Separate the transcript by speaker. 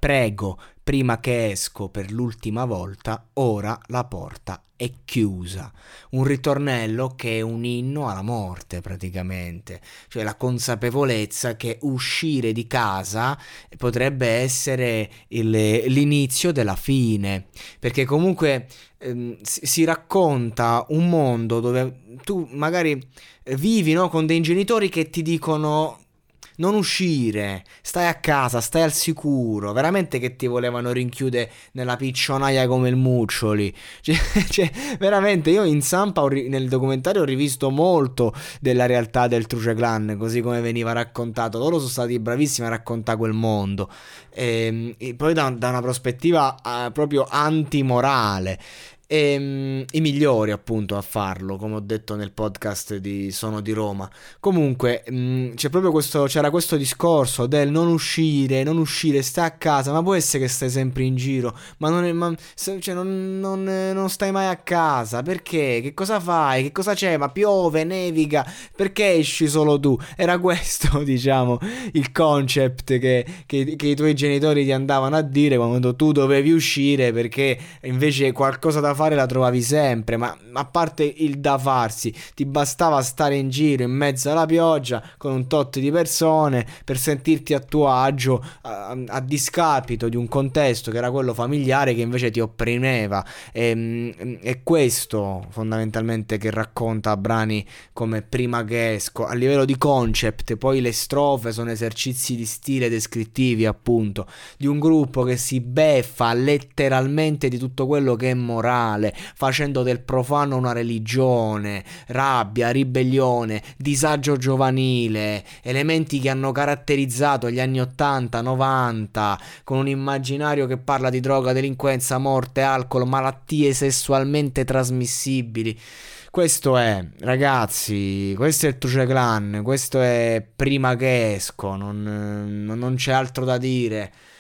Speaker 1: Prego, prima che esco per l'ultima volta, ora la porta è chiusa. Un ritornello che è un inno alla morte praticamente, cioè la consapevolezza che uscire di casa potrebbe essere l'inizio della fine, perché comunque si racconta un mondo dove tu magari vivi, no, con dei genitori che ti dicono non uscire, stai a casa, stai al sicuro. Veramente che ti volevano rinchiudere nella piccionaia come il Muccioli. Cioè, cioè, veramente io in Sampa nel documentario ho rivisto molto della realtà del Truce Clan, così come veniva raccontato. Loro sono stati bravissimi a raccontare quel mondo. E poi da una prospettiva proprio antimorale. I migliori appunto a farlo, come ho detto nel podcast di Sono di Roma. Comunque c'è proprio c'era questo discorso del non uscire, non uscire, stai a casa, ma può essere che stai sempre in giro, ma non, cioè, non stai mai a casa, perché? Che cosa fai? Che cosa c'è? Ma piove, nevica, perché esci solo tu? Era questo, diciamo, il concept che i tuoi genitori ti andavano a dire quando tu dovevi uscire, perché invece qualcosa da fare la trovavi sempre. Ma a parte il da farsi, ti bastava stare in giro in mezzo alla pioggia con un tot di persone per sentirti a tuo agio, a discapito di un contesto che era quello familiare, che invece ti opprimeva. È questo fondamentalmente che racconta brani come Prima che esco, a livello di concept. Poi le strofe sono esercizi di stile descrittivi, appunto, di un gruppo che si beffa letteralmente di tutto quello che è morale, facendo del profano una religione, rabbia, ribellione, disagio giovanile, elementi che hanno caratterizzato gli anni 80, 90, con un immaginario che parla di droga, delinquenza, morte, alcol, malattie sessualmente trasmissibili. Questo è, ragazzi, questo è il Truce Clan, questo è Prima che esco, non c'è altro da dire.